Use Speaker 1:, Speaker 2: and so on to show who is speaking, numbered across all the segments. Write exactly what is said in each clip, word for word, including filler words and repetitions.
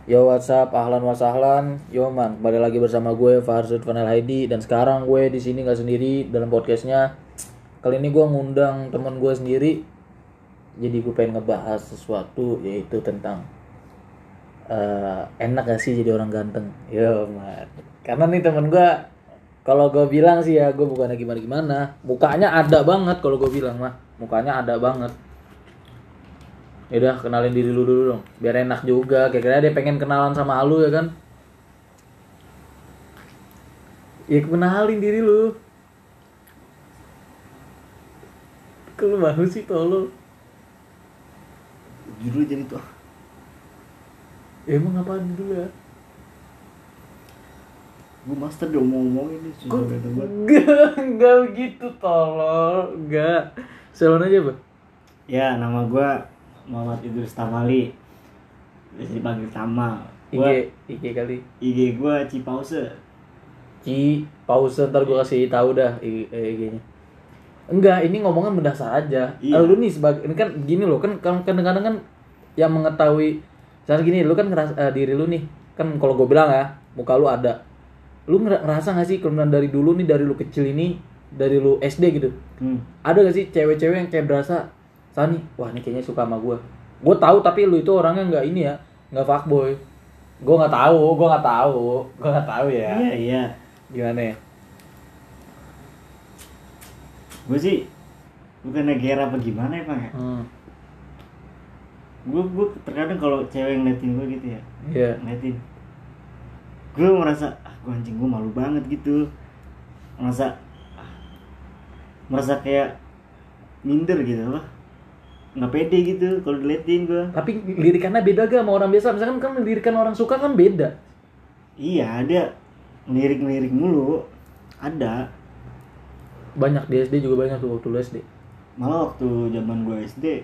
Speaker 1: Yo what's up, ahlan wa sahlan. Yo man, kembali lagi bersama gue Farzud Fanel Haidi. Dan sekarang gue di sini nggak sendiri dalam podcastnya. Kali ini gue ngundang teman gue sendiri. Jadi gue pengen ngebahas sesuatu, yaitu tentang uh, enak gak sih jadi orang ganteng. Yo man, karena nih temen gue, kalau gue bilang sih ya, gue bukannya gimana-gimana. Mukanya ada banget kalau gue bilang mah, mukanya ada banget. Yaudah, kenalin diri lu dulu dong, biar enak juga. Kira-kira dia pengen kenalan sama lu ya kan? Ya kenalin diri lu. Kalau mau sih tolong.
Speaker 2: Judul jadi tuh.
Speaker 1: Ya, emang apaan dulu ya?
Speaker 2: Gue master dia ngomong-ngomong ini
Speaker 1: Kok
Speaker 2: sudah kata gue.
Speaker 1: enggak, enggak begitu tolong. Enggak. Salon aja, Pak.
Speaker 2: Ya, nama gue Muhammad Idrus Tamali. Biasa dipanggil Tama.
Speaker 1: I G,
Speaker 2: Gua,
Speaker 1: I G kali.
Speaker 2: I G gue Cipause.
Speaker 1: Ci, pause ntar gue kasih tahu dah I G-nya. Enggak, ini ngomongnya mendasar aja.
Speaker 2: Iya.
Speaker 1: Lu nih sebagai ini kan gini loh, kan kan kadang-kadang kan yang mengetahui misalnya gini, lu kan ngeras, uh, diri lu nih, kan kalau gue bilang ya, muka lu ada. Lu ngerasa gak sih kemudian dari dulu nih, dari lu kecil ini, dari lu S D gitu.
Speaker 2: Hmm.
Speaker 1: Ada gak sih cewek-cewek yang kayak berasa, Sani, wah ini kayaknya suka sama gue. Gue tahu tapi lu itu orangnya nggak ini ya, nggak fuckboy. Gue nggak tahu, gue nggak tahu, gue nggak tahu ya.
Speaker 2: Iya, iya.
Speaker 1: Gimana ya?
Speaker 2: Gue sih bukan negara apa gimana ya, Bang ya.
Speaker 1: Hmm.
Speaker 2: Gue gue terkadang kalau cewek ngeliatin gue gitu ya.
Speaker 1: Iya.
Speaker 2: Ngeliatin. Gue merasa ah gue anjing gue malu banget gitu. Merasa ah, merasa kayak minder gitu loh. Nggak pede gitu kalau diliatin gue.
Speaker 1: Tapi lirikannya beda gak sama orang biasa? Misalkan kan lirikan orang suka kan beda.
Speaker 2: Iya, dia ngelirik-ngelirik mulu. Ada.
Speaker 1: Banyak di S D juga banyak tuh waktu lu S D.
Speaker 2: Malah waktu zaman gue S D,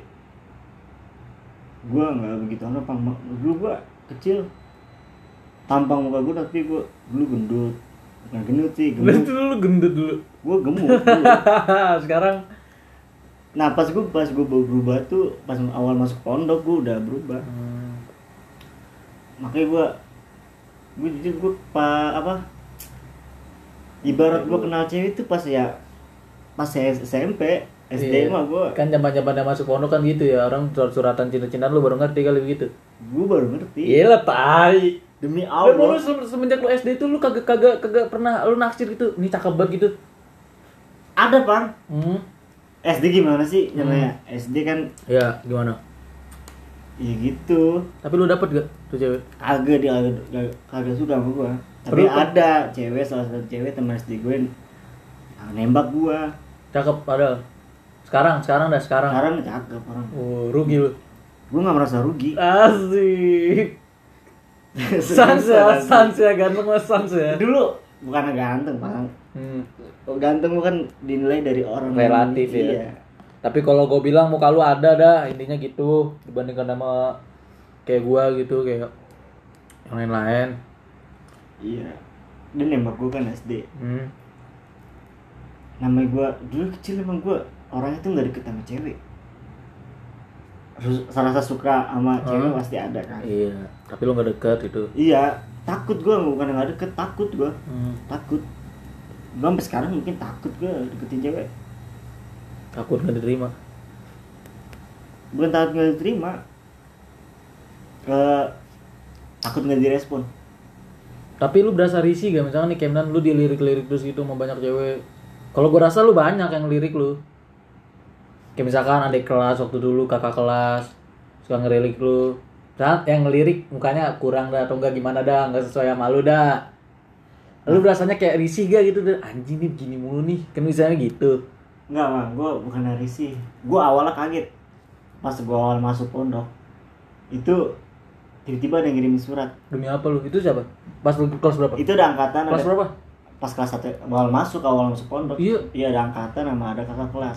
Speaker 2: gue nggak begitu anu pang. Dulu gue kecil, tampang muka gue tapi gue dulu gendut. Bukan gendut sih,
Speaker 1: Lu
Speaker 2: gemuk.
Speaker 1: dulu gendut dulu.
Speaker 2: Gue gemuk dulu.
Speaker 1: Sekarang
Speaker 2: Nah pas gue pas gue berubah tuh pas awal masuk pondok gue udah berubah.
Speaker 1: hmm.
Speaker 2: Makanya gue gue jujur gue pa apa ibarat gue kenal cewek itu pas ya pas S M P S D
Speaker 1: Iya.
Speaker 2: mah gue
Speaker 1: Kan zaman-zaman masuk pondok kan gitu ya, orang surat-suratan cinta-cintaan lu baru ngerti kali begitu.
Speaker 2: gue baru ngerti
Speaker 1: Iya tai.
Speaker 2: demi
Speaker 1: Dan lu
Speaker 2: Allah.
Speaker 1: se- semenjak lu S D itu lu kagak kagak kagak pernah lu naksir gitu. Ini cakep banget gitu.
Speaker 2: Ada Bang.
Speaker 1: Hmm.
Speaker 2: S D gimana sih namanya? S D kan
Speaker 1: Ya, gimana?
Speaker 2: ya gitu.
Speaker 1: Tapi lu dapet gak tuh cewek?
Speaker 2: Kagak dia kagak kagak- kagak suka sama gua. Tapi
Speaker 1: Terus kan?
Speaker 2: ada cewek salah satu cewek teman S D gue yang nembak gua.
Speaker 1: Cakep padahal. Sekarang, sekarang dah sekarang.
Speaker 2: Sekarang cakep orang.
Speaker 1: Oh, rugi lu.
Speaker 2: Gua enggak merasa rugi.
Speaker 1: Asik. Sans ya, sans ya, ganteng mas sans ya.
Speaker 2: Dulu bukan ganteng, Bang.
Speaker 1: Hmm,
Speaker 2: Oh, ganteng bukan dinilai dari orang
Speaker 1: relatif ya.
Speaker 2: Iya.
Speaker 1: Tapi kalau gue bilang muka lu ada dah, intinya gitu dibandingkan sama kayak gua gitu, kayak yang lain-lain.
Speaker 2: Iya. Dia nembak gua kan S D.
Speaker 1: Hmm.
Speaker 2: Namanya gua dulu kecil emang gua orangnya tuh nggak deket sama cewek. Terus serasa suka sama cewek
Speaker 1: Hmm.
Speaker 2: pasti ada kan.
Speaker 1: Iya, tapi lu nggak deket gitu.
Speaker 2: Iya, takut gua bukan nggak deket, takut gua,
Speaker 1: Hmm.
Speaker 2: takut. Gua sampai sekarang mungkin takut gua deketin cewek.
Speaker 1: Takut nggak diterima.
Speaker 2: Bukan takut nggak diterima, ke takut nggak direspon.
Speaker 1: Tapi lu berasa risih gak misalnya nih Kemnan lu dilirik-lirik terus gitu sama banyak cewek. Kalau gua rasa lu banyak yang lirik lu. Kayak misalkan adik kelas waktu dulu, kakak kelas suka ngelirik lu. Saat yang ngelirik mukanya kurang dah atau enggak gimana dah, enggak sesuai sama lu dah. Lu rasanya kayak risih gak gitu dan anjing nih begini mulu nih. Kan misalnya gitu.
Speaker 2: Enggak mah, gua bukan risih. Gua awalnya kaget pas gua awal masuk pondok. Itu tiba-tiba ada yang ngirimin surat.
Speaker 1: Demi apa lu? Itu siapa? Pas lu kelas berapa?
Speaker 2: Itu ada angkatan.
Speaker 1: Kelas
Speaker 2: ada,
Speaker 1: berapa?
Speaker 2: Pas kelas satu awal masuk awal masuk pondok.
Speaker 1: Iya.
Speaker 2: Iya ada angkatan sama ada kakak kelas.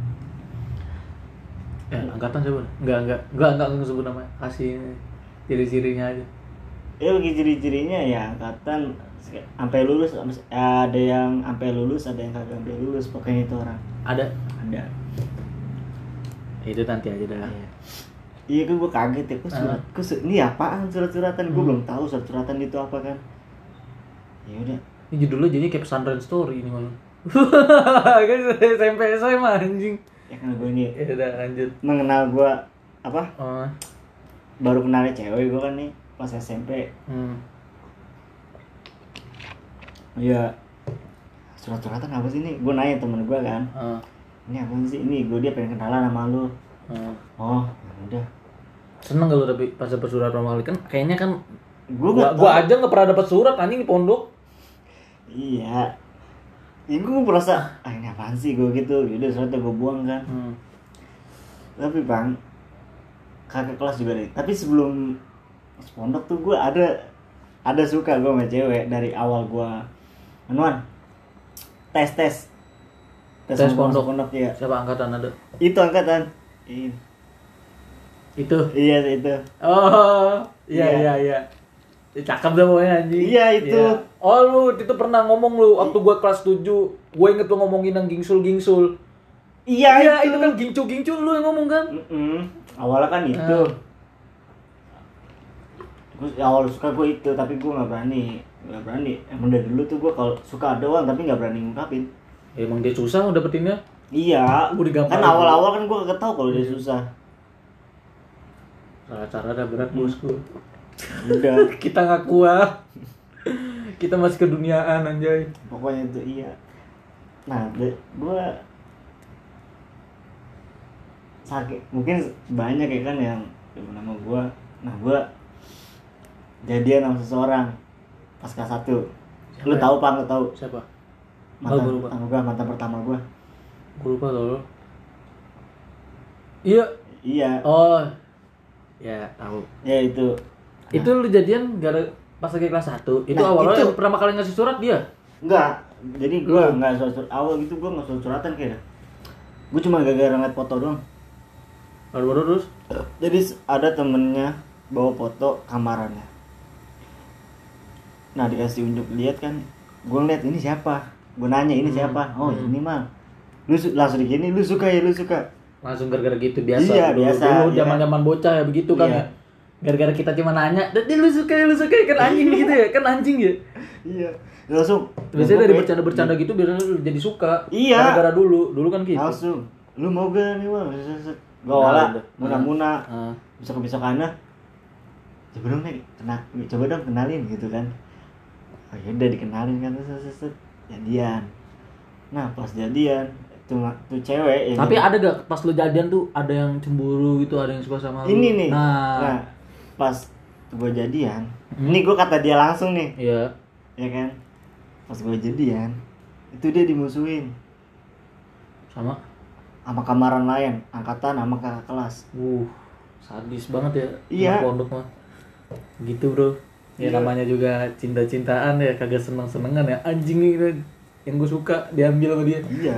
Speaker 1: Eh, angkatan siapa? Enggak, enggak. Enggak, enggak ngesebut namanya. Kasih ciri-cirinya aja.
Speaker 2: Ya bagi ciri-cirinya ya angkatan sampai lulus ada yang sampai lulus ada yang kagak sampai lulus pokoknya itu orang
Speaker 1: Ada.
Speaker 2: ada.
Speaker 1: Itu nanti aja dah.
Speaker 2: Iya. Iya kan gue kaget ya, kok surat,
Speaker 1: Ah.
Speaker 2: kok su- ini apaan surat-suratan? Gue
Speaker 1: Hmm.
Speaker 2: belum tahu surat-suratan itu apa kan. Ya udah,
Speaker 1: Ini judulnya jadi kayak pesantren story ini malah. Kan S M P S M A anjing.
Speaker 2: ya kan gue ini
Speaker 1: Ya udah lanjut.
Speaker 2: mengenal gue apa?
Speaker 1: Oh.
Speaker 2: Baru kenalnya cewek gue kan nih pas S M P.
Speaker 1: Hmm.
Speaker 2: Iya. Surat-suratan apa sih ini? Gue nanya temen gue kan.
Speaker 1: Ah.
Speaker 2: Ini apa sih? Ini gue dia pengen kenalan sama lu.
Speaker 1: Ah.
Speaker 2: Oh, ya udah.
Speaker 1: Seneng gak lu tapi pas dapet surat Romawi kan kayaknya kan
Speaker 2: Gue
Speaker 1: gua,
Speaker 2: nggak
Speaker 1: gua
Speaker 2: tahu.
Speaker 1: aja nggak pernah dapet surat anjing di pondok.
Speaker 2: Iya. Ya gue merasa, ah ini apaan sih gue gitu. Yaudah suratnya gue buang kan.
Speaker 1: Hmm.
Speaker 2: Tapi bang, kakak kelas juga deh. Tapi sebelum pondok tuh gue ada ada suka gue sama cewek dari awal gue anuan tes tes
Speaker 1: Tes
Speaker 2: mau
Speaker 1: pondok.
Speaker 2: masuk pondok ya.
Speaker 1: Siapa angkatan ada?
Speaker 2: Itu angkatan. I-
Speaker 1: Itu.
Speaker 2: Iya itu.
Speaker 1: Oh, iya
Speaker 2: Iya.
Speaker 1: iya iya. Ya, cakep dah pokoknya anjing.
Speaker 2: Iya, itu.
Speaker 1: Iya. Oh lu itu pernah ngomong lu waktu gua kelas tujuh. Gua inget lu ngomongin yang gingsul-gingsul.
Speaker 2: Iya,
Speaker 1: Iya,
Speaker 2: itu.
Speaker 1: itu kan gincu-gincu lu yang ngomong kan?
Speaker 2: Mm-mm. Awalnya kan itu.
Speaker 1: Ah.
Speaker 2: Gue awal suka gue itu, tapi gue nggak berani, nggak berani. Emang dari dulu tuh gue kalau suka doang, tapi nggak berani ngungkapin.
Speaker 1: Ya, emang dia susah dapetinnya.
Speaker 2: Iya.
Speaker 1: Gua digamparin.
Speaker 2: Kan awal-awal kan gue kagak tahu kalau dia susah.
Speaker 1: Salah cara dah berat bosku.
Speaker 2: Udah.
Speaker 1: Kita nggak kuat. Kita masih keduniaan anjay.
Speaker 2: Pokoknya itu iya. Nah, gue sakit. Mungkin banyak ya kan yang nama gue. Nah, gue jadian sama seseorang pas kelas satu. Lu
Speaker 1: Siapa ya?
Speaker 2: tahu Pak, lu tahu?
Speaker 1: Siapa?
Speaker 2: Mantan
Speaker 1: Oh, gua lupa.
Speaker 2: pertama gue, mantan pertama gue.
Speaker 1: Gua lupa loh. Iya.
Speaker 2: Iya.
Speaker 1: Oh. Ya, tahu.
Speaker 2: Ya itu.
Speaker 1: Itu lu jadian gara pas lagi kelas satu. Itu
Speaker 2: Nah,
Speaker 1: awalnya
Speaker 2: itu.
Speaker 1: yang pertama kali ngasih surat dia.
Speaker 2: Enggak. Jadi gue
Speaker 1: Lu?
Speaker 2: enggak surat awal gitu, gue enggak surat-suratan kayaknya. Gue cuma gara-gara ngeliat foto doang.
Speaker 1: Baru-baru terus.
Speaker 2: Jadi ada temennya bawa foto kamarannya. Nah dikasih unjuk lihat kan, gue ngeliat ini siapa? Gue nanya ini
Speaker 1: Hmm.
Speaker 2: siapa? Oh
Speaker 1: Hmm.
Speaker 2: ini mah. Lu su- langsung digini, lu suka ya, lu suka.
Speaker 1: Langsung gara-gara gitu biasa.
Speaker 2: Iya,
Speaker 1: dulu,
Speaker 2: biasa,
Speaker 1: Dulu
Speaker 2: iya.
Speaker 1: zaman-zaman bocah ya begitu kan
Speaker 2: Iya.
Speaker 1: ya. Gara-gara kita cuma nanya, "Dan lu suka ya, lu suka ya?" Kan anjing gitu ya, kan anjing ya.
Speaker 2: Iya. Langsung.
Speaker 1: Biasanya dari
Speaker 2: Gua-
Speaker 1: bercanda-bercanda gitu biasanya lu jadi suka.
Speaker 2: Iya.
Speaker 1: Gara-gara dulu, dulu kan gitu.
Speaker 2: Langsung. Lu mau gak nih wah? Gue
Speaker 1: Nah,
Speaker 2: awalnya
Speaker 1: udah.
Speaker 2: muna-muna.
Speaker 1: Ah.
Speaker 2: Besok-besokannya coba dong nih kena, coba dong kenalin gitu kan. Oh yaudah dikenalin kan, terus terus, terus jadian. Nah pas jadian tuh tuh cewek yang
Speaker 1: Tapi ada gak pas lu jadian tuh ada yang cemburu gitu, ada yang suka sama lu?
Speaker 2: ini nih.
Speaker 1: Nah,
Speaker 2: pas gue jadian,
Speaker 1: Hmm.
Speaker 2: ini gue kata dia langsung nih,
Speaker 1: iya.
Speaker 2: ya kan. Pas gue jadian, itu dia dimusuhin
Speaker 1: Sama.
Speaker 2: sama kamaran lain, angkatan sama kakak kelas.
Speaker 1: Uh, sadis banget ya.
Speaker 2: Iya.
Speaker 1: anak Pondok mah. Gitu, Bro. Ya
Speaker 2: Iya.
Speaker 1: namanya juga cinta-cintaan ya, kagak seneng-senengan ya. Anjing nih yang gue suka diambil sama dia.
Speaker 2: Iya.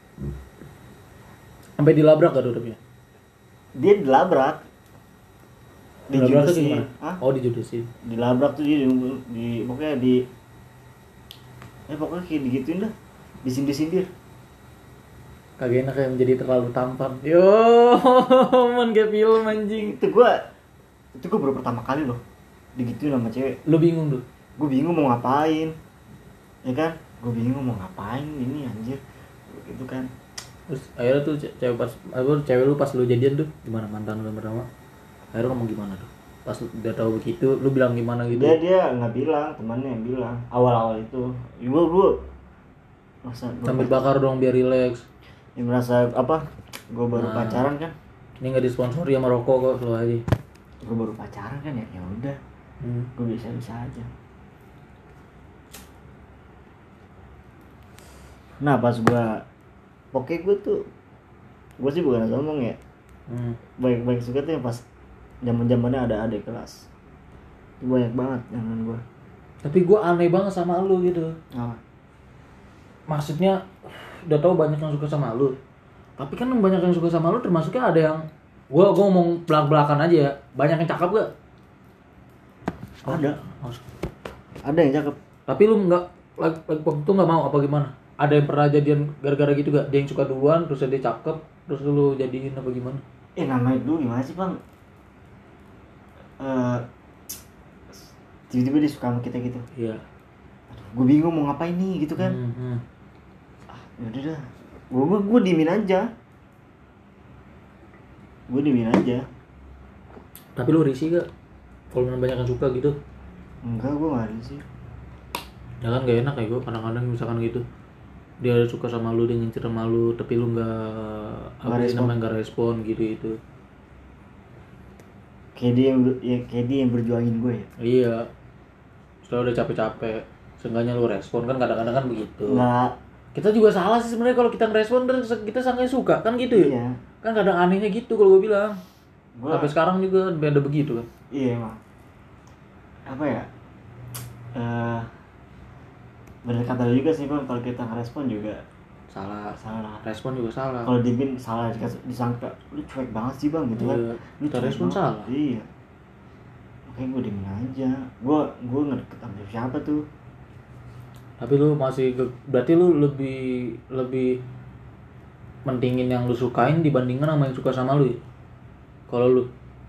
Speaker 1: Sampai dilabrak gak tuh tapi?
Speaker 2: Dia dilabrak.
Speaker 1: Dilabrak tuh
Speaker 2: Dijudesin.
Speaker 1: gimana?
Speaker 2: Hah?
Speaker 1: Oh, dijudesin.
Speaker 2: Dilabrak tuh dia di, di pokoknya di eh pokoknya kayak digituin dah, disindir-sindir.
Speaker 1: Kagak enak kayak menjadi terlalu tampan. Yo, man kayak film anjing.
Speaker 2: Itu gua itu gua baru pertama kali loh digituin sama cewek.
Speaker 1: Lu bingung tuh.
Speaker 2: Gue bingung mau ngapain, ya kan? Gue bingung mau ngapain ini anjir, gitu kan.
Speaker 1: Terus akhirnya tuh ce- cewek pas apa cewek lu pas lu jadian tuh gimana, mantan lu yang pertama? Akhirnya ngomong gimana tuh? Pas lu udah tahu begitu, lu bilang gimana gitu?
Speaker 2: Dia dia nggak bilang, temannya yang bilang awal-awal itu. Gue gue merasa
Speaker 1: Sambil bakar dong biar relax.
Speaker 2: ya, merasa apa? Gue baru
Speaker 1: Nah.
Speaker 2: pacaran kan?
Speaker 1: Ini nggak disponsori sama rokok kok, lu aja.
Speaker 2: Gue baru pacaran kan ya, ya udah.
Speaker 1: Hmm.
Speaker 2: Gue bisa-bisa aja. Nah pas gue, pokoknya gue tuh, gue sih bukan sombong ya.
Speaker 1: Hmm.
Speaker 2: Baik-baik suka tuh yang pas zaman zamannya ada adik kelas. Itu banyak banget dengan gue.
Speaker 1: Tapi gue aneh banget sama lu gitu.
Speaker 2: Apa?
Speaker 1: Maksudnya udah tahu banyak yang suka sama lu. Tapi kan yang banyak yang suka sama lu termasuknya ada yang gua gua ngomong belak-belakan aja ya. Banyak yang cakep gak?
Speaker 2: Ada.
Speaker 1: Maksud-
Speaker 2: Ada yang cakep.
Speaker 1: Tapi lu nggak lagi lagi waktu itu nggak mau apa gimana? Ada yang pernah jadian gara-gara gitu gak? Dia yang suka duluan terus dia cakep terus lu jadiin apa gimana?
Speaker 2: Eh namanya dulu gimana sih bang? uh, tiba-tiba dia suka sama kita gitu.
Speaker 1: Iya.
Speaker 2: Gue bingung mau ngapain nih gitu kan.
Speaker 1: Hmm, hmm.
Speaker 2: Ah, yaudah dah. Gue gue gue diemin aja. Gue diemin aja.
Speaker 1: Tapi lu risih gak? Kalau banyak yang suka gitu?
Speaker 2: Enggak, gue nggak ada sih.
Speaker 1: Ya kan gak enak ya gue kadang-kadang misalkan gitu. Dia suka sama lu, dia ngincer sama lu, tapi lu nggak apa sih namanya nggak respon gitu itu.
Speaker 2: Kayak dia yang ya, kayak dia yang berjuangin gue ya.
Speaker 1: Iya. Setelah udah capek-capek, seenggaknya lu respon kan kadang-kadang kan begitu.
Speaker 2: Nggak.
Speaker 1: Kita juga salah sih sebenarnya kalau kita ngerespon terus kita sangat suka kan gitu ya.
Speaker 2: Iya.
Speaker 1: Kan kadang anehnya gitu kalau gue bilang.
Speaker 2: Gua,
Speaker 1: Sampai sekarang juga beda begitu kan.
Speaker 2: Iya emang. Apa ya? Uh, bener kata lu juga sih bang, kalau kita ngerespon juga
Speaker 1: Salah.
Speaker 2: salah.
Speaker 1: Respon juga salah.
Speaker 2: Kalau dibin salah disangka lu cuek banget sih bang gitu kan.
Speaker 1: Iya.
Speaker 2: Lu
Speaker 1: Kita
Speaker 2: cuek
Speaker 1: respon
Speaker 2: banget.
Speaker 1: salah.
Speaker 2: Iya. Makanya gue diemin aja. Gue gue nggak deket sama siapa tuh.
Speaker 1: Tapi lu masih ge- berarti lu lebih lebih mentingin yang lu sukain dibandingkan sama yang suka sama lu. Ya? Kalau lu.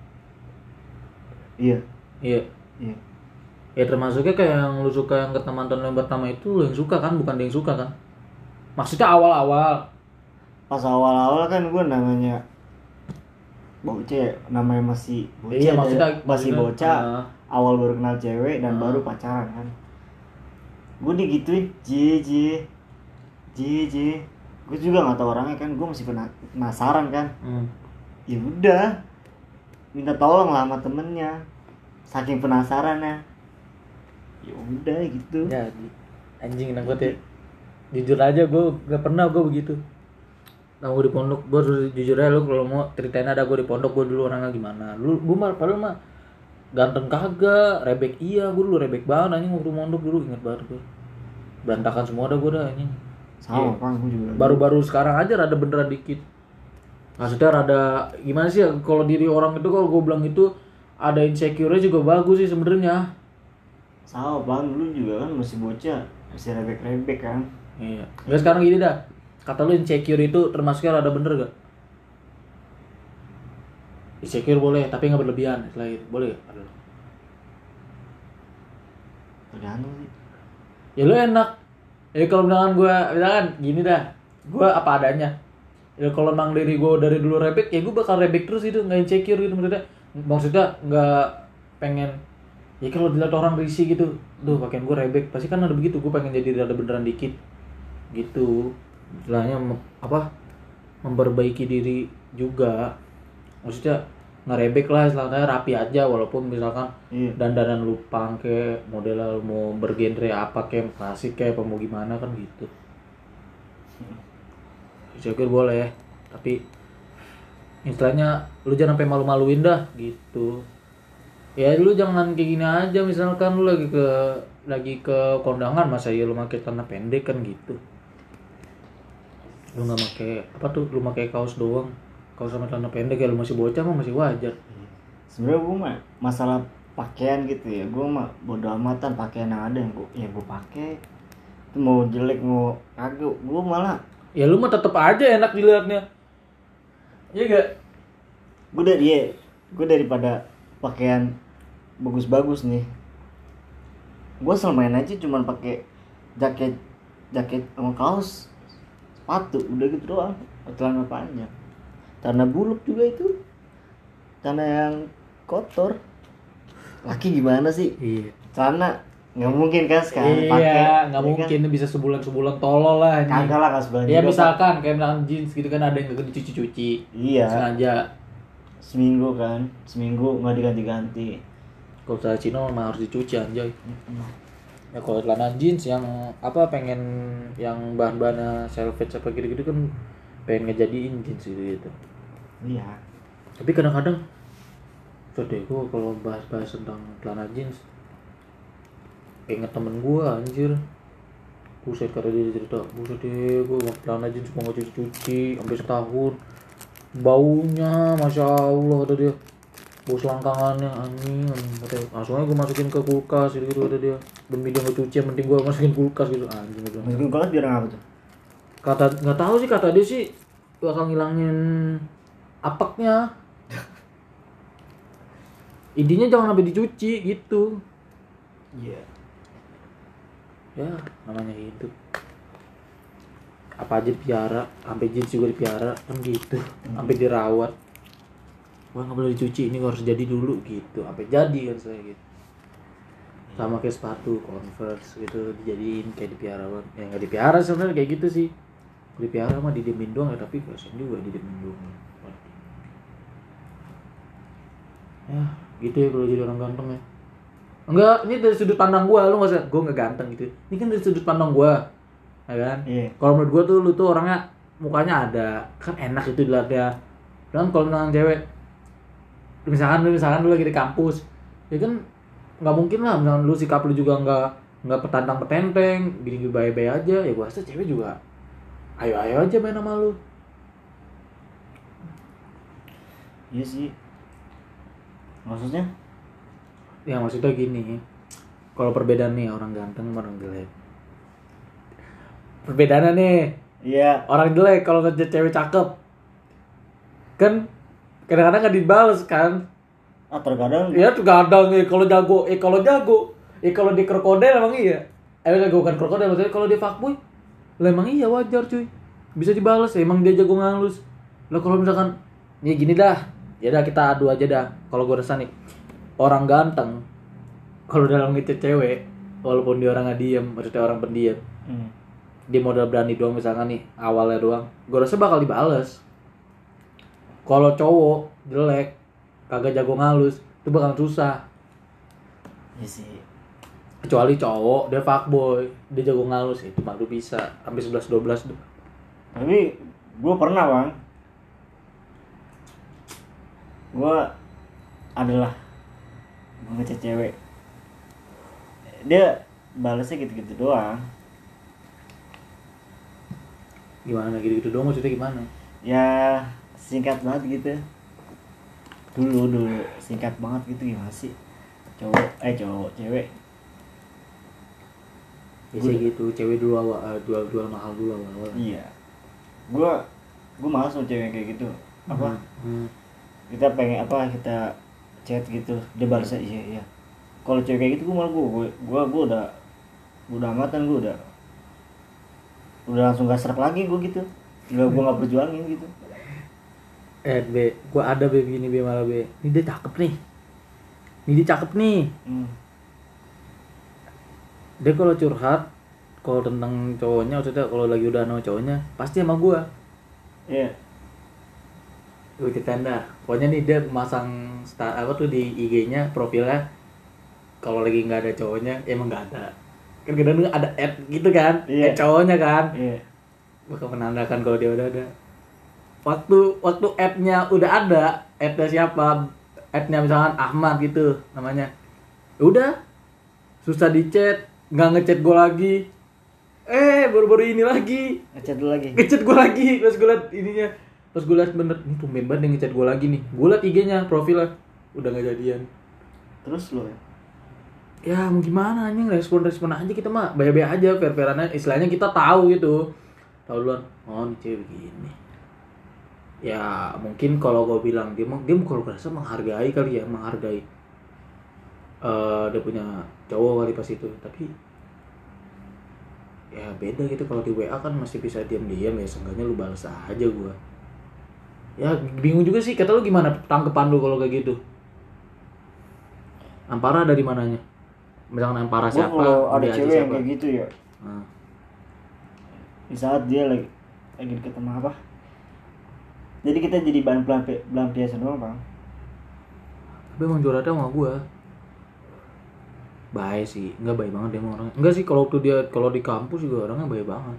Speaker 2: Iya.
Speaker 1: Iya.
Speaker 2: Iya.
Speaker 1: Ya termasuknya kayak yang lu suka yang ke mantan lu yang pertama itu lu yang suka kan, bukan dia yang suka kan? Maksudnya awal-awal.
Speaker 2: Pas awal-awal kan gue namanya bocah, namanya masih bocah.
Speaker 1: Iya, maksudnya
Speaker 2: masih
Speaker 1: maksudnya,
Speaker 2: bocah.
Speaker 1: uh,
Speaker 2: Awal baru kenal cewek dan
Speaker 1: uh.
Speaker 2: baru pacaran kan. Gue digituin, J J J J. Gue juga nggak tahu orangnya kan, gue masih penasaran kan.
Speaker 1: Hmm.
Speaker 2: Ya udah, minta tolong lah sama temennya, saking penasarannya. Ya udah gitu.
Speaker 1: Jadi anjing enak banget ya. Jujur aja gue gak pernah gue begitu. Nah gue di pondok, gue jujur aja lu kalau mau ceritain ada gue di pondok gue dulu orangnya gimana. Lu gue mah padahal mah ganteng kagak, rebek iya, gue dulu rebek banget anjing waktu mondok dulu, inget banget gue. Berantakan semua dah gue dah anjing.
Speaker 2: Sama
Speaker 1: Iya.
Speaker 2: kan gue juga.
Speaker 1: Baru-baru sekarang aja rada beneran dikit. Maksudnya rada gimana sih ya, kalau diri orang itu kalau gue bilang itu ada insecure-nya juga bagus sih sebenarnya.
Speaker 2: Sama bang, dulu juga kan masih bocah, masih rebek-rebek kan.
Speaker 1: Iya. Enggak sekarang gini dah. Kata lu insecure itu termasuknya rada bener gak? Insecure boleh, tapi nggak berlebihan. Selain boleh gak?
Speaker 2: Tergantung sih.
Speaker 1: Ya lu enak. Ya kalau misalkan gue, misalkan gini dah, gue apa adanya. Ya kalau emang diri gue dari dulu rebek, ya gue bakal rebek terus gitu, nggak insecure gitu maksudnya. Maksudnya nggak pengen. Ya kalau dilihat orang risih gitu, tuh pakaian gue rebek, pasti kan ada begitu. Gue pengen jadi rada beneran dikit, gitu. Istilahnya apa? Memperbaiki diri juga. Maksudnya ngerebek lah, istilahnya rapi aja, walaupun misalkan
Speaker 2: Iya.
Speaker 1: dandanan lu punk kayak model lu mau bergenre apa kayak klasik kayak apa mau gimana kan gitu. Insecure boleh, tapi istilahnya lu jangan sampai malu-maluin dah gitu. Ya lu jangan kayak gini aja, misalkan lu lagi ke lagi ke kondangan masa ya lu pakai celana pendek kan gitu. Lu nggak pakai apa tuh, lu pakai kaos doang, kaos sama celana pendek ya lu masih bocah mah masih wajar.
Speaker 2: Sebenarnya gue mah masalah pakaian gitu ya, gue mah bodo amatan pakaian yang ada yang gue ya gue pakai. Itu mau jelek mau kagak, gue malah.
Speaker 1: Ya lu mah tetep aja enak dilihatnya. Iya gak?
Speaker 2: Gue dari ya, gue daripada pakaian bagus-bagus nih, gue selamain aja cuman pakai jaket jaket sama kaos, sepatu, udah gitu doang, celana panjang. Karena buluk juga itu, karena yang kotor. Laki gimana sih?
Speaker 1: Iya.
Speaker 2: Celana nggak mungkin kan sekarang
Speaker 1: Iya,
Speaker 2: pakai.
Speaker 1: nggak
Speaker 2: ya
Speaker 1: mungkin
Speaker 2: kan?
Speaker 1: bisa sebulan sebulan tolol lah. anjing.
Speaker 2: Kagak lah, nggak sebulan
Speaker 1: Ya
Speaker 2: juga,
Speaker 1: misalkan kayak misalkan jeans gitu kan ada yang nggak dicuci-cuci.
Speaker 2: Iya.
Speaker 1: Sengaja.
Speaker 2: Seminggu kan, seminggu nggak diganti-ganti.
Speaker 1: Kalau celana Cino mah harus dicuci anjay. Ya kalau celana jeans yang apa pengen yang bahan-bahannya selvedge apa gitu-gitu kan pengen ngejadiin jeans gitu gitu.
Speaker 2: Iya.
Speaker 1: Tapi kadang-kadang tuh deh gue kalau bahas-bahas tentang celana jeans inget temen gue anjir. Buset kata dia cerita, buset deh gue pakai celana jeans cuma nggak cuci-cuci sampai setahun. Baunya masya Allah kata dia, bau selangkangannya anjing, anjing. Langsung aja gue masukin ke kulkas gitu, gitu kata dia. Demi dia nggak cuci, yang penting gue masukin kulkas gitu anjing.
Speaker 2: Masukin kulkas biar apa tuh?
Speaker 1: Kata nggak tahu sih, kata dia sih bakal ngilangin apeknya. Intinya jangan sampai dicuci gitu.
Speaker 2: Iya.
Speaker 1: Ya namanya hidup, apa aja dipiara, sampai jeans juga dipiara kan gitu, sampai dirawat. Wah nggak boleh dicuci, ini harus jadi dulu gitu, sampai jadi kan saya gitu. Sama kayak sepatu Converse gitu dijadiin kayak dipiara banget. Ya nggak dipiara sebenarnya kayak gitu sih. Dipiara mah didiemin doang ya, tapi kasian juga didiemin doang. Ya gitu ya kalau jadi orang ganteng ya. Enggak, ini dari sudut pandang gua, lu nggak usah, gua nggak ganteng gitu. Ini kan dari sudut pandang gua, ya kan?
Speaker 2: Iya.
Speaker 1: Kalau menurut gua tuh lu tuh orangnya mukanya ada, kan enak itu dilihatnya. Dan kalau misalkan cewek, misalkan lu misalkan lu lagi di kampus, ya kan nggak mungkin lah, misalkan lu sikap lu juga nggak nggak petantang petenteng, gini baik-baik aja, ya gua rasa cewek juga, ayo ayo aja main sama lu.
Speaker 2: Iya sih. Maksudnya?
Speaker 1: Ya maksudnya gini, kalau perbedaan nih orang ganteng sama orang jelek. Perbedaannya nih,
Speaker 2: Iya.
Speaker 1: orang jelek kalau ngejat cewek cakep, kan kadang-kadang nggak dibales kan?
Speaker 2: Ah terkadang.
Speaker 1: Ya terkadang eh kalau jago, eh kalau jago, eh kalau di krokodil emang iya. Eh jago kan krokodil maksudnya kalau dia fuckboy, lah emang iya wajar cuy, bisa dibales. Emang dia jago ngalus. Lah kalau misalkan, ya gini dah, ya dah kita adu aja dah. Kalau gue rasa nih, orang ganteng kalau dalam ngechat cewek, walaupun dia orangnya diem, maksudnya orang pendiam,
Speaker 2: Hmm.
Speaker 1: dia modal berani doang misalkan nih awalnya doang, gue rasa bakal dibales. Kalau cowok jelek kagak jago ngalus itu bakal susah.
Speaker 2: Iya sih.
Speaker 1: Kecuali cowok dia fuckboy, dia jago ngalus, itu baru bisa sampai sebelas dua belas tuh.
Speaker 2: Tapi gue pernah bang, gue adalah gue ngechat cewek, dia balasnya gitu-gitu doang.
Speaker 1: Gimana gitu-gitu doang maksudnya gimana?
Speaker 2: Ya singkat banget gitu. Dulu dulu singkat banget gitu, gimana sih cowok eh cowok cewek.
Speaker 1: Biasanya gitu, cewek dulu awal uh, jual jual mahal dulu awal.
Speaker 2: Iya. Gue gue malas sama cewek yang kayak gitu. Apa?
Speaker 1: Hmm.
Speaker 2: Kita pengen apa kita chat gitu, dia balasnya iya iya. Kalau cewek kayak gitu gue malah gue gue gue gue udah gue udah amatan, gue udah udah langsung gak serak lagi gue gitu. Udah gue nggak perjuangin gitu.
Speaker 1: Eh B, gua ada B begini B malah B. Ini dia cakep nih. Ini dia cakep nih.
Speaker 2: Hmm.
Speaker 1: Dia kalau curhat, kalau tentang cowoknya, maksudnya kalau lagi udah sama cowoknya, pasti sama gua.
Speaker 2: Iya.
Speaker 1: Gue ceritain dah. Pokoknya nih dia masang star apa tuh di I G-nya profilnya. Kalau lagi nggak ada cowoknya, emang nggak ada. Kan kadang ada ad gitu kan,
Speaker 2: Iya.
Speaker 1: ad cowoknya kan.
Speaker 2: Iya.
Speaker 1: Bakal menandakan kalau dia udah ada. Waktu waktu ad-nya udah ada, ad-nya siapa? Ad-nya misalkan Ahmad gitu namanya. Udah susah di chat, nggak ngechat gue lagi. Eh baru-baru ini lagi
Speaker 2: Ngechat dulu lagi.
Speaker 1: ngechat gue lagi. Terus gue liat ininya, terus gue liat bener, ini tumben banget dia ngechat gue lagi nih. Gue liat I G-nya profilnya udah nggak jadian.
Speaker 2: Terus lo ya?
Speaker 1: Ya mau gimana anjing, respon-respon aja kita mah, bayar-bayar aja, fair-fairannya. Istilahnya kita tahu gitu, tahu duluan. Oh ini cewek begini. Ya mungkin kalau gue bilang dia dia kalau berasa menghargai kali ya, menghargai uh, dia punya cowok kali pas itu. Tapi ya beda gitu, kalau di W A kan masih bisa diam-diam ya, seenggaknya lu balas aja gue. Ya bingung juga sih, kata lu gimana tangkepan lu kalau kayak gitu? Ampara dari mananya? Misalkan Ampara
Speaker 2: Gue
Speaker 1: siapa?
Speaker 2: kalau ada
Speaker 1: dia aja
Speaker 2: cewek yang
Speaker 1: siapa?
Speaker 2: kayak gitu ya,
Speaker 1: Nah,
Speaker 2: di saat dia lagi lagi deket sama apa, jadi kita jadi bahan pelampi- pelampiasan doang bang.
Speaker 1: tapi emang curhatnya sama gue baik sih, enggak baik banget dia emang orangnya. Enggak sih, kalau waktu dia kalau di kampus juga orangnya baik banget.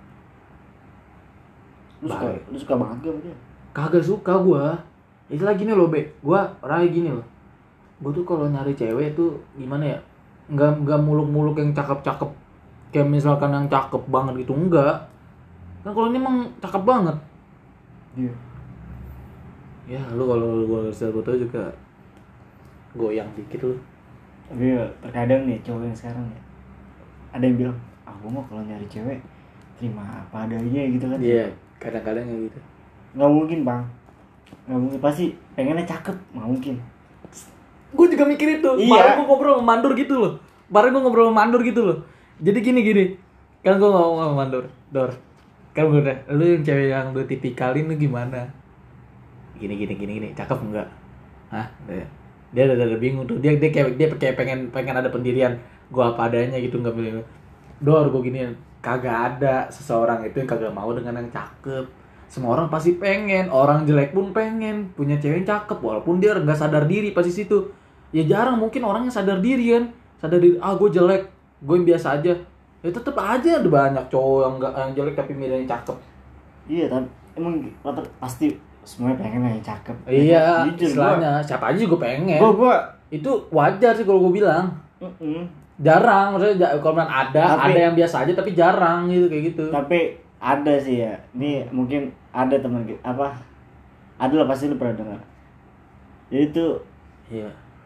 Speaker 2: Lu suka,
Speaker 1: Baik.
Speaker 2: lu suka banget gak sama dia?
Speaker 1: Kagak suka gue. Istilah gini loh Be, gue orangnya gini loh. Gue tuh kalau nyari cewek tuh gimana ya? Enggak enggak muluk-muluk yang cakep-cakep. Kayak misalkan yang cakep banget gitu, enggak. Kan kalau ini emang cakep banget.
Speaker 2: Iya.
Speaker 1: Ya lu kalau gue bisa gue tau juga goyang dikit lu.
Speaker 2: Tapi ya, terkadang nih cowok yang sekarang ya, ada yang bilang, ah gue mau kalau nyari cewek terima apa adanya gitu kan.
Speaker 1: Iya, kadang-kadang kayak gitu.
Speaker 2: Nggak mungkin bang, nggak mungkin, pasti pengennya cakep, nggak mungkin.
Speaker 1: Gue juga mikir itu.
Speaker 2: Iya.
Speaker 1: Kemarin gue ngobrol sama Mandur gitu loh. Kemarin gue ngobrol sama Mandur gitu loh. Jadi gini gini. Kan gue ngomong sama Mandur, Dor. Kan gue udah, lu yang cewek yang lu tipikalin lu gimana? Gini gini gini gini, cakep enggak? Hah? Dia udah, udah bingung tuh. Dia dia kayak dia kayak pengen pengen ada pendirian. Gue apa adanya gitu enggak pilih. Dor, gue gini, kagak ada seseorang itu yang kagak mau dengan yang cakep. Semua orang pasti pengen, orang jelek pun pengen punya cewek yang cakep walaupun dia nggak sadar diri pasti situ. Ya jarang mungkin orang yang sadar diri kan, sadar diri, ah gue jelek, gue yang biasa aja. Ya tetep aja ada banyak cowok yang nggak yang jelek tapi milih yang cakep.
Speaker 2: Iya, tapi emang pasti semuanya pengen yang cakep.
Speaker 1: Iya,
Speaker 2: jujur,
Speaker 1: istilahnya
Speaker 2: gua,
Speaker 1: siapa aja juga pengen.
Speaker 2: Gua gua
Speaker 1: itu wajar sih kalau gue bilang.
Speaker 2: uh-uh.
Speaker 1: Jarang, maksudnya kalau bilang ada,
Speaker 2: Tapi-
Speaker 1: ada yang biasa aja tapi jarang gitu kayak gitu.
Speaker 2: Tapi ada sih ya. Ini mungkin ada teman kita apa? Ada lah pasti lu pernah dengar. Jadi tuh
Speaker 1: Iya.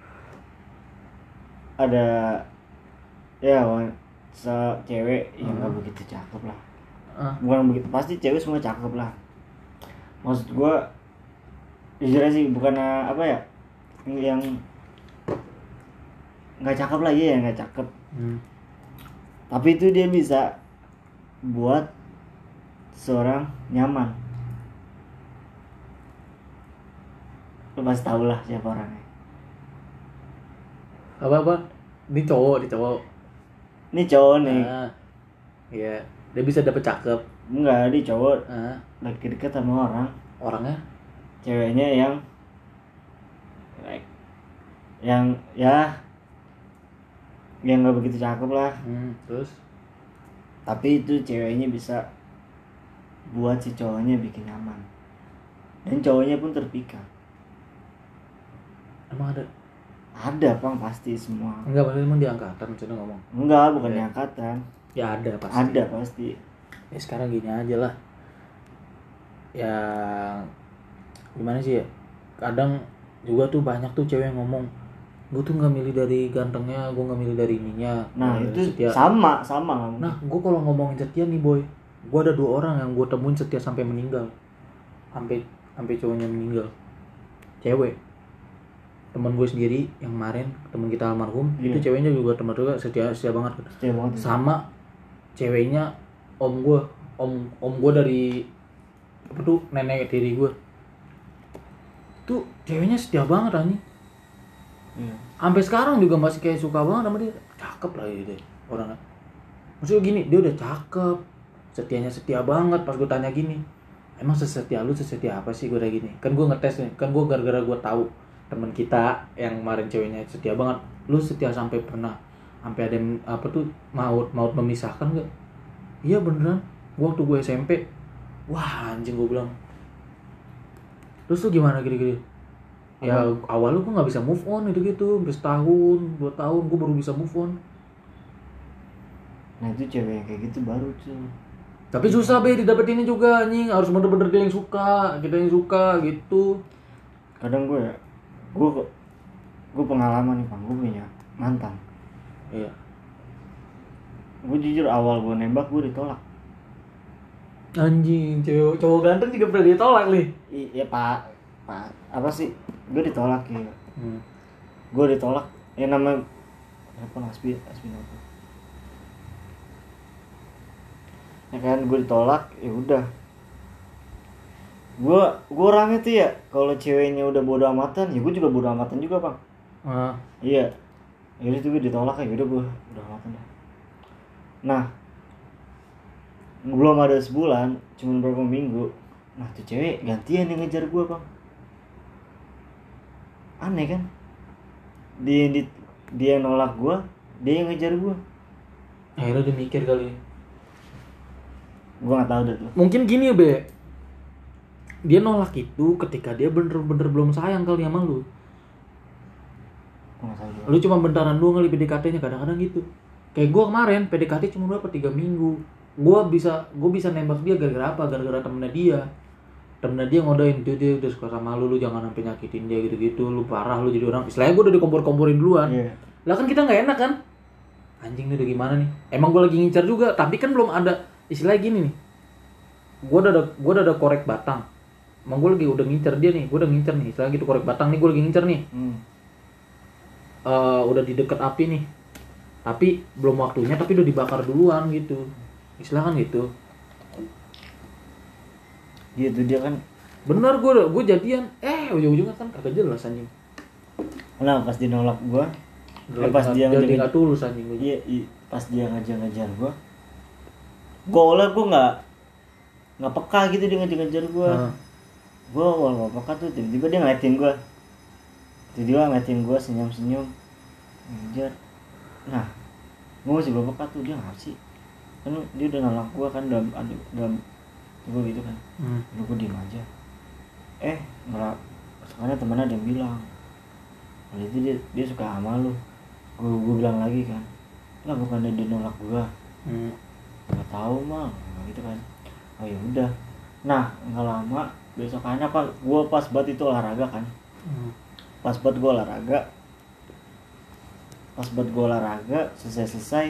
Speaker 2: ada ya wan- se cewek yang nggak begitu cakep lah.
Speaker 1: Ah.
Speaker 2: Bukan begitu, pasti cewek semua cakep lah. Maksud gua jujur aja sih bukan eh, apa ya yang nggak cakep lah ya nggak cakep.
Speaker 1: Hmm.
Speaker 2: Tapi itu dia bisa buat seorang nyaman. Lu pasti tau lah siapa orangnya.
Speaker 1: Apa apa? Ini cowok, ini cowok.
Speaker 2: Ini cowok nih.
Speaker 1: Ah. Iya, dia bisa dapet cakep.
Speaker 2: Enggak, dia cowok
Speaker 1: Ah.
Speaker 2: lagi deket sama orang.
Speaker 1: Orangnya
Speaker 2: Ceweknya yang like, yang ya yang nggak begitu cakep lah.
Speaker 1: hmm, terus
Speaker 2: Tapi itu ceweknya bisa buat si cowoknya bikin nyaman. Dan cowoknya pun terpikat.
Speaker 1: emang ada?
Speaker 2: Ada pang pasti semua.
Speaker 1: Enggak, maksudnya emang di angkatan maksudnya ngomong.
Speaker 2: Enggak, bukan
Speaker 1: Ya.
Speaker 2: yang angkatan.
Speaker 1: Ya ada pasti.
Speaker 2: Ada pasti.
Speaker 1: Ya sekarang gini aja lah. Ya gimana sih ya? Kadang juga tuh banyak tuh cewek yang ngomong, gue tuh nggak milih dari gantengnya, gue nggak milih dari ininya.
Speaker 2: Nah,
Speaker 1: Gua
Speaker 2: itu
Speaker 1: setia.
Speaker 2: sama, sama.
Speaker 1: Nah, gue kalau ngomongin setia nih boy, gue ada dua orang yang gue temuin setia sampai meninggal, sampai sampai cowoknya meninggal, cewek. Teman gue sendiri yang kemarin, teman kita almarhum,
Speaker 2: Iya.
Speaker 1: itu ceweknya juga teman juga setia setia banget.
Speaker 2: Setia banget.
Speaker 1: Sama ceweknya om gue, om om gue dari apa tuh nenek tiri gue, tuh ceweknya setia banget anjing.
Speaker 2: Iya.
Speaker 1: Sampai sekarang juga masih kayak suka banget sama dia. Cakep lah gitu orangnya. Maksudnya gini, dia udah cakep, setianya setia banget. Pas gue tanya gini, emang sesetia lu sesetia apa sih? Gue udah gini, kan gue ngetes nih, kan gue gara-gara gue tahu teman kita yang kemarin ceweknya setia banget. Lu setia sampai pernah sampai ada yang, apa tuh maut maut memisahkan gak? Iya beneran. Gua waktu gue S M P, wah anjing gue bilang. Terus tuh gimana gini-gini? Ya awal lu gue nggak bisa move on itu gitu, sampai setahun, dua tahun gue baru bisa move on.
Speaker 2: Nah, itu cewek yang kayak gitu baru tuh.
Speaker 1: Tapi susah be didapetinnya juga anjing, harus bener-bener dia yang suka, kita yang suka gitu.
Speaker 2: Kadang gue ya, gue gue pengalaman nih, Bang. Gue punya mantan.
Speaker 1: Iya.
Speaker 2: Gue jujur awal gue nembak gue ditolak.
Speaker 1: Anjing, cowok cowok ganteng juga pernah ditolak nih.
Speaker 2: Iya, Pak. Pak, apa sih? Gue ditolak ya.
Speaker 1: Hmm.
Speaker 2: Gue ditolak. Ya nama apa Asbi, Asbi apa? Ya kan gue ditolak, ya udah. Gue gue orangnya tuh ya, kalau ceweknya udah bodo amatan, ya gue juga bodo amatan juga, Bang.
Speaker 1: Ah.
Speaker 2: Iya. Ya udah tuh gue ditolak, ya udah gue bodo amatan dah. Nah, belum ada sebulan, cuma beberapa minggu. Nah, tuh cewek gantian yang ngejar gue, Bang. Aneh kan? Dia dia, dia yang nolak gue, dia yang ngejar gue.
Speaker 1: Akhirnya dia mikir kali.
Speaker 2: Gue nggak tahu dah tuh.
Speaker 1: Mungkin gini ya be, dia nolak itu ketika dia bener-bener belum sayang kali sama lu.
Speaker 2: Gue nggak tahu juga.
Speaker 1: Lu cuma bentaran doang kali P D K T-nya, kadang-kadang gitu. Kayak gue kemarin P D K T cuma berapa tiga minggu. Gue bisa gue bisa nembak dia gara-gara apa? Gara-gara temennya dia. Temennya dia ngodain, dia dia udah suka sama lu, lu jangan sampai nyakitin dia gitu-gitu. Lu parah, lu jadi orang. Istilahnya gue udah dikompor-komporin duluan.
Speaker 2: Iya.
Speaker 1: Lah kan kita nggak enak kan? Anjing nih udah gimana nih? Emang gue lagi ngincar juga, tapi kan belum ada istilahnya gini nih. Gue udah ada gue udah ada korek batang. Emang gue lagi udah ngincar dia nih, gue udah ngincar nih. Istilahnya gitu korek batang nih gue lagi ngincar nih.
Speaker 2: Hmm.
Speaker 1: eh, udah di deket api nih, tapi belum waktunya, tapi udah dibakar duluan gitu, istilah kan gitu.
Speaker 2: Gitu dia kan.
Speaker 1: Bener, gue gue jadian, eh ujung-ujungnya kan kagak jelas anjing.
Speaker 2: Nah pas dia nolak gua, eh, pas
Speaker 1: Nggak-
Speaker 2: dia
Speaker 1: jadi
Speaker 2: ngejar-
Speaker 1: nggak tulus anjing gue.
Speaker 2: iya, iya, pas dia ngajar-ngajar gua, gua awalnya gua nggak nggak peka gitu dia ngajar-ngajar gua.
Speaker 1: Nah.
Speaker 2: Gua awal nggak peka tuh, tiba-tiba dia ngeliatin gua, tiba-tiba ngeliatin gua senyum-senyum, ngajar. Nah, gua masih belum peka tuh dia nggak sih, kan dia udah nolak gua kan dalam dalam gua gitu kan.
Speaker 1: Hmm.
Speaker 2: Lalu gua diem aja. Eh, ngelak. Soalnya temannya ada yang bilang, kalau itu dia dia suka sama lu. Gua gua bilang lagi kan, lah bukannya dia nolak gua.
Speaker 1: Hmm.
Speaker 2: Nggak tahu mah, gitu kan. Oh ya udah. Nah, nggak lama besokannya apa? Gua pas banget itu olahraga kan.
Speaker 1: Hmm.
Speaker 2: Pas banget gua olahraga. Pas banget gua olahraga selesai-selesai.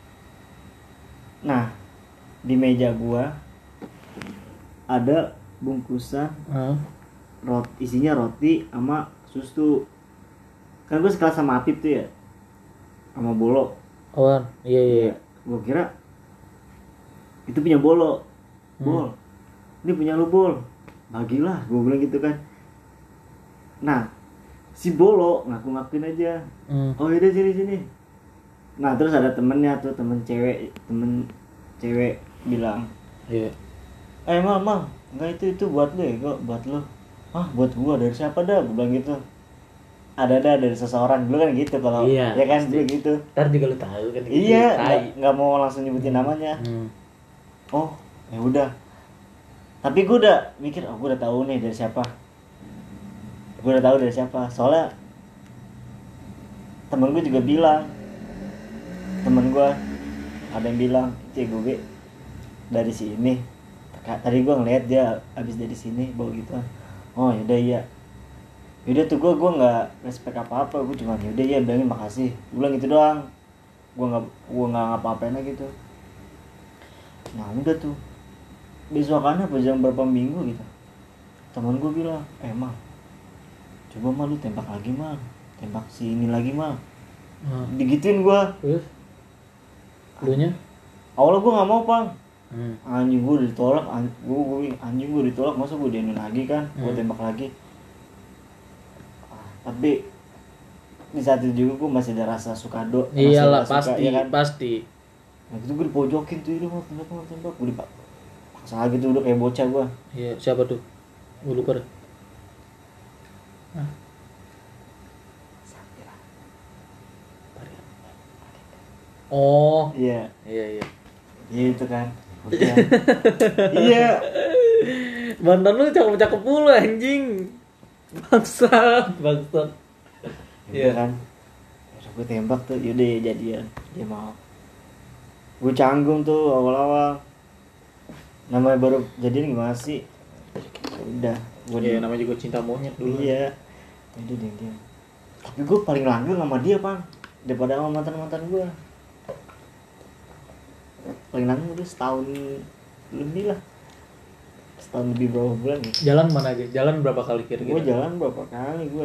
Speaker 2: Nah, di meja gua ada bungkusan
Speaker 1: Hmm.
Speaker 2: roti, isinya roti sama susu. Kan gue sekelas sama Apip tuh ya, sama Bolo.
Speaker 1: Awan, iya iya.
Speaker 2: Gue kira itu punya Bolo. Bol, ini punya lu Bol, bagilah, gue bilang gitu kan. Nah si Bolo ngaku-ngakuin aja.
Speaker 1: Hmm.
Speaker 2: Oh yaudah sini sini. Nah terus ada temennya tuh, temen cewek, temen cewek bilang,
Speaker 1: Iya.
Speaker 2: eh mal mal, enggak itu itu buat lu ya, kok buat lu. Ah buat gua, dari siapa dah, gue bilang gitu. Ada ada dari seseorang dulu kan gitu kalau,
Speaker 1: Iya,
Speaker 2: ya kan
Speaker 1: pasti.
Speaker 2: dulu gitu.
Speaker 1: Ntar juga lu tahu kan gitu.
Speaker 2: Iya,
Speaker 1: Tai.
Speaker 2: nggak nggak mau langsung nyebutin namanya.
Speaker 1: Hmm.
Speaker 2: Oh ya udah, tapi gue udah mikir, oh gue udah tahu nih dari siapa, gue udah tahu dari siapa. Soalnya temen gue juga bilang, temen gue ada yang bilang itu gue dari sini. Tadi gue ngeliat dia abis dari sini bawa gitu. Oh yaudah iya, yaudah tuh gue gue nggak respect apa apa, gue cuma yaudah iya bilangin makasih, gue bilang gitu doang. Gue nggak gue nggak ngapa-ngapain gitu. Nah udah tuh besokannya apa jam berapa minggu gitu, teman gue bilang, eh mal, coba mal lu tembak lagi mal, tembak si ini lagi mal.
Speaker 1: Hmm.
Speaker 2: Digituin gue.
Speaker 1: Terus lu nya?
Speaker 2: Awalnya gue nggak mau pang.
Speaker 1: Hmm.
Speaker 2: Anjing gue ditolak, anjing gue, gue anjing gue ditolak, masa gue dianuin lagi kan, gue
Speaker 1: Hmm.
Speaker 2: tembak lagi. Ah, tapi di saat itu juga gue masih ada rasa suka do. masih
Speaker 1: Iyalah
Speaker 2: ada suka,
Speaker 1: pasti,
Speaker 2: ya kan?
Speaker 1: pasti.
Speaker 2: Nah itu gue dipojokin tuh, ini mau tembak mau tembak, gue dipaksa lagi tuh, udah kayak bocah gue.
Speaker 1: Iya, siapa tuh? Gue lupa deh. Hah? Oh,
Speaker 2: Iya,
Speaker 1: iya iya.
Speaker 2: gitu kan. Udah. Iya.
Speaker 1: Mantan lu cakep-cakep mulu anjing. Bangsat, bangsat.
Speaker 2: Iya kan. Terus gue tembak tuh, yaudah jadian, dia mau. Gue canggung tuh awal-awal. Namanya baru jadian gimana sih? Udah, gue
Speaker 1: Iya, namanya juga cinta monyet dulu.
Speaker 2: Iya. Udah dia dia. Tapi gue paling langgeng sama dia, Pang, daripada sama mantan-mantan gue. Paling langgeng udah setahun lebih lah. Setahun lebih berapa bulan gitu.
Speaker 1: Jalan mana aja? Jalan berapa kali
Speaker 2: Gue
Speaker 1: kira-kira?
Speaker 2: jalan berapa kali gue.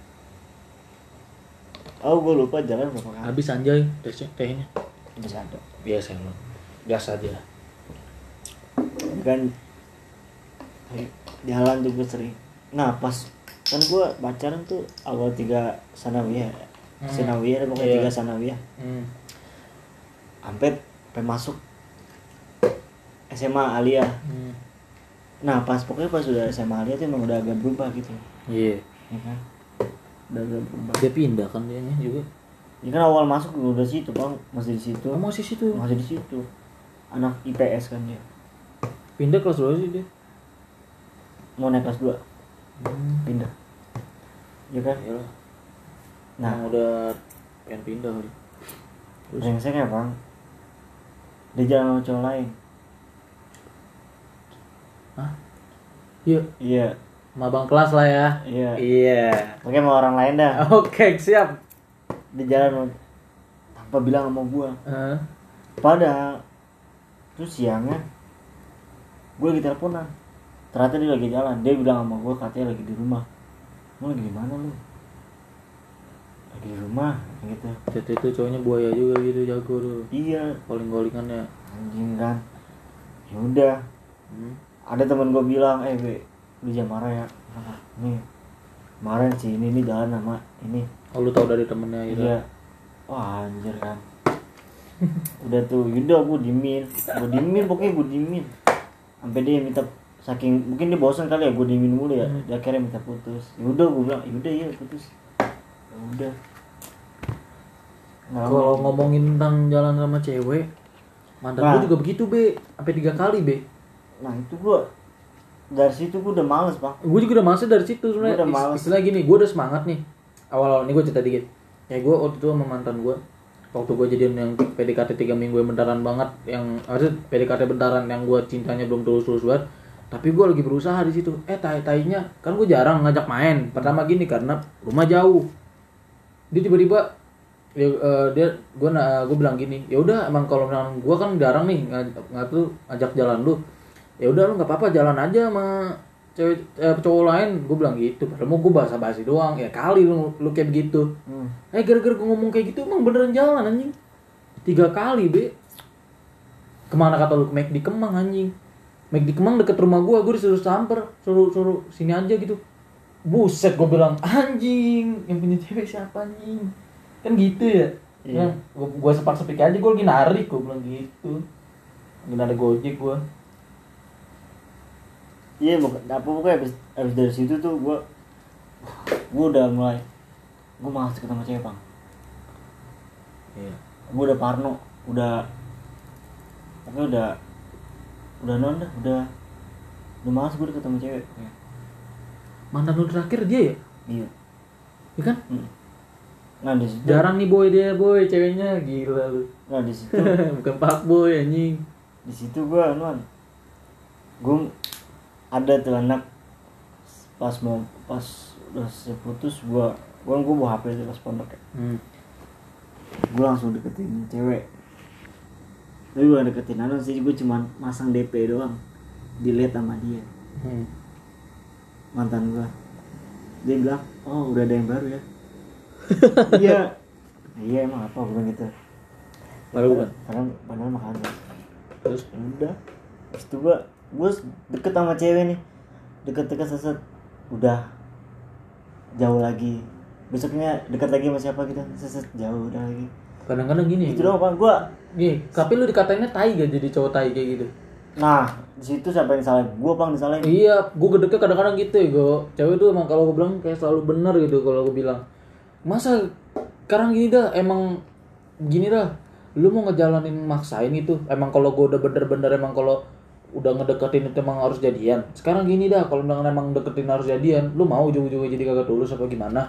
Speaker 2: Oh, gue lupa jalan berapa kali.
Speaker 1: Habis anjay teh tehnya.
Speaker 2: Bisa ada.
Speaker 1: Biasa lo. Gas aja.
Speaker 2: Kan jalan tuh gue sering. Nah pas kan gue pacaran tuh awal tiga sanawiyah,
Speaker 1: Hmm.
Speaker 2: sanawiyah pokoknya
Speaker 1: Iya.
Speaker 2: tiga sanawiyah.
Speaker 1: Hmm.
Speaker 2: Sampai sampai masuk S M A Aliyah.
Speaker 1: Hmm.
Speaker 2: Nah pas pokoknya pas udah S M A Aliyah tuh emang udah agak berubah gitu,
Speaker 1: Iya.
Speaker 2: ya kan? Udah agak berubah.
Speaker 1: Dia pindah kan dia juga.
Speaker 2: Ya kan awal masuk udah situ bang, masih di situ,
Speaker 1: Oh, masih situ.
Speaker 2: masih di situ. Anak I P S kan dia.
Speaker 1: Pindah kelas berapa sih dia?
Speaker 2: Mau naik kelas dua,
Speaker 1: Hmm.
Speaker 2: pindah. Ya kan?
Speaker 1: Iyalah.
Speaker 2: Nah
Speaker 1: Nah, udah pengen pindah kali.
Speaker 2: brengsek ya bang, dia jalan sama cowok lain.
Speaker 1: Hah? Iya,
Speaker 2: Iya,
Speaker 1: mabang kelas lah ya.
Speaker 2: iya.
Speaker 1: Iya.
Speaker 2: Pokoknya sama orang lain dah.
Speaker 1: Oke, siap.
Speaker 2: Dia jalan tanpa bilang sama gua.
Speaker 1: Heeh.
Speaker 2: Padahal terus siangnya gue lagi teleponan, ternyata dia lagi jalan. Dia bilang sama gue katanya lagi di rumah. Lu lagi di mana lu? lagi di rumah gitu.
Speaker 1: Chat itu cowoknya buaya juga gitu, jago tuh.
Speaker 2: Iya,
Speaker 1: Calling-callingannya.
Speaker 2: anjing kan. Ya udah.
Speaker 1: Hmm.
Speaker 2: Ada teman gue bilang, "Eh, Be, lu jangan marah ya." Kenapa? Nih. Kemarin sih ini nih jalan sama ini.
Speaker 1: Oh, lu tahu dari temennya gitu.
Speaker 2: Iya. Wah, anjir kan. Udah tuh, yaudah gue diemin. Gue diemin pokoknya gue diemin. Sampai dia minta, saking mungkin dia bosan kali ya gue diemin mulu ya.
Speaker 1: Hmm.
Speaker 2: Dia akhirnya minta putus. Yaudah gue bilang, "Yaudah ya putus." Ya udah. Nah,
Speaker 1: Kalau ngomongin tentang jalan sama cewek, mantan
Speaker 2: Nah.
Speaker 1: gue juga begitu, Be. Sampai tiga kali, Be.
Speaker 2: nah itu gue dari situ gue udah males, Bang.
Speaker 1: Gue juga udah males dari situ sebenarnya.
Speaker 2: Gua udah males.
Speaker 1: Istilah gini, gue udah semangat nih. Awal-awal ini gue cerita dikit. Kayak gue waktu itu sama mantan gue, waktu gue jadian yang P D K T tiga minggu yang bentaran banget, yang maksud P D K T bentaran yang gue cintanya belum tulus-tulus banget. Tapi gue lagi berusaha di situ. Eh tai-tainya kan gue jarang ngajak main. Pertama gini karena rumah jauh. Dia tiba-tiba ya, uh, dia gue uh, gue bilang gini, ya udah emang kalau misalnya gue kan jarang nih ngajak nggak tuh ajak jalan lu. Ya udah lu nggak apa-apa jalan aja sama cewek eh, cowok lain, gue bilang gitu. Padahal mau gue basa-basi doang, ya kali lu lu kayak begitu.
Speaker 2: Hmm.
Speaker 1: Eh gara-gara gue ngomong kayak gitu emang beneran jalan anjing. Tiga kali, Be. Kemana kata lu? Ke McD Kemang anjing. McD Kemang deket rumah gue, gue disuruh samper, suruh suruh sini aja gitu. Buset, gue bilang anjing, yang punya cewek siapa anjing? Kan gitu ya.
Speaker 2: Iya.
Speaker 1: Yang gue gue sepak-sepik aja, gue lagi narik, gue bilang gitu. Lagi narik Gojek gue.
Speaker 2: Iya, apa pokoknya abis, abis dari situ tuh gue gue udah mulai gue malas ketemu sama cewek, Bang.
Speaker 1: Iya.
Speaker 2: Gue udah parno, udah pokoknya udah udah non dah, udah udah malas gue ketemu cewek. Ya.
Speaker 1: Mantan lu terakhir dia ya?
Speaker 2: Iya.
Speaker 1: Iya kan?
Speaker 2: Hmm. Nah di situ.
Speaker 1: Jarang nih boy dia boy ceweknya, gila lu.
Speaker 2: Nah di situ.
Speaker 1: Bukan pak boy anjing.
Speaker 2: Di situ gue non. Gue ada tuh anak pas mau pas udah seputus gue gue gue bawa H P itu pas pondok ya.
Speaker 1: Hmm.
Speaker 2: Gue langsung deketin cewek. Tapi gue deketin anu sih, gue cuma masang D P doang. Dilihat sama dia.
Speaker 1: Hmm.
Speaker 2: Mantan gue. Dia bilang, "Oh udah ada yang baru ya." Iya. Iya emang apa gue bilang gitu.
Speaker 1: Baru bukan?
Speaker 2: Padahal padahal mah kagak.
Speaker 1: Terus
Speaker 2: Udah. Terus itu gue gue deket sama cewek nih. Deket-deket seset. Udah jauh lagi. Besoknya dekat lagi sama siapa gitu. Seset jauh udah lagi.
Speaker 1: kadang-kadang gini.
Speaker 2: Itu doang Pak, gue.
Speaker 1: Nih, tapi lu dikatainnya tai gak jadi cowok tai kayak gitu?
Speaker 2: Nah, di situ siapa yang salah? Gue Bang disalahin.
Speaker 1: Iya, gue gedeknya kadang-kadang gitu ya, gue. Cewek tuh emang kalau gue bilang kayak selalu benar gitu kalau gue bilang. Masa sekarang gini dah, emang gini dah. Lu mau ngejalanin maksain itu. Emang kalau gue udah bener-bener emang kalau udah ngedeketin itu emang harus jadian. Sekarang gini dah, kalau misalkan emang deketin harus jadian, lu mau ujung-ujungnya jadi kagak tulus apa gimana?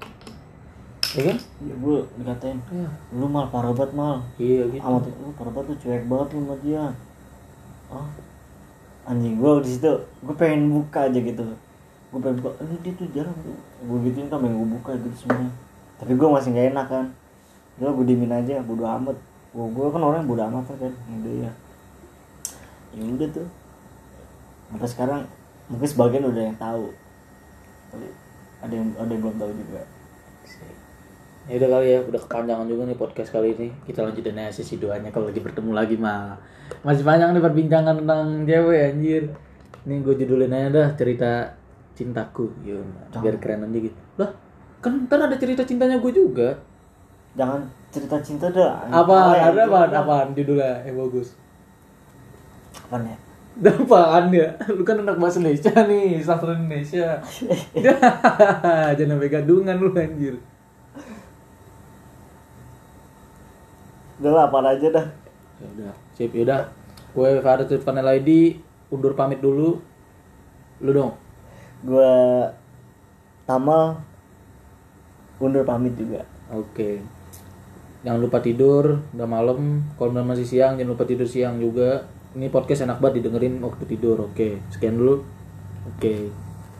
Speaker 1: Iya kan?
Speaker 2: Ya gue dikatain,
Speaker 1: Iya.
Speaker 2: lu mal parah banget mal.
Speaker 1: Iya gitu.
Speaker 2: Amat lu parah banget tuh, cuek banget lu sama dia. Oh, anjing gue di situ, gue pengen buka aja gitu. Gue pengen buka, ini dia tuh jarang tuh. Gue gituin kan pengen gue buka gitu semuanya. Tapi gue masih gak enak kan. Gue gue diemin aja, bodo amat. Gue gue kan orang yang bodo amat kan, udah ya. Ya udah tuh. Sampai sekarang mungkin sebagian udah yang tahu. Tapi ada yang ada yang belum tahu juga.
Speaker 1: Ya udah kali ya, udah kepanjangan juga nih podcast kali ini. Kita lanjutin aja sesi duanya kalau lagi bertemu lagi mah. Masih panjang nih perbincangan tentang cewek anjir. Nih gue judulin aja dah, cerita cintaku. Yuk, biar keren aja gitu. Lah, kan ntar ada cerita cintanya gue juga.
Speaker 2: Jangan cerita cinta dah.
Speaker 1: Apa?
Speaker 2: ya,
Speaker 1: Ada
Speaker 2: gitu.
Speaker 1: apaan? Apaan judulnya yang bagus?
Speaker 2: Apaan ya?
Speaker 1: Apaan ya? Lu kan anak bahasa Indonesia nih, sastra Indonesia. Jangan sampai gadungan lu anjir.
Speaker 2: Udah lah, apaan aja dah.
Speaker 1: Ya udah, sip, yaudah. Gue Farid Panel I D undur pamit dulu. Lu dong.
Speaker 2: Gue Tamal undur pamit juga.
Speaker 1: Oke. Jangan lupa tidur, udah malam. Kalau udah masih siang, jangan lupa tidur siang juga. Ini podcast enak banget didengerin waktu tidur. Oke, sekian dulu. Oke.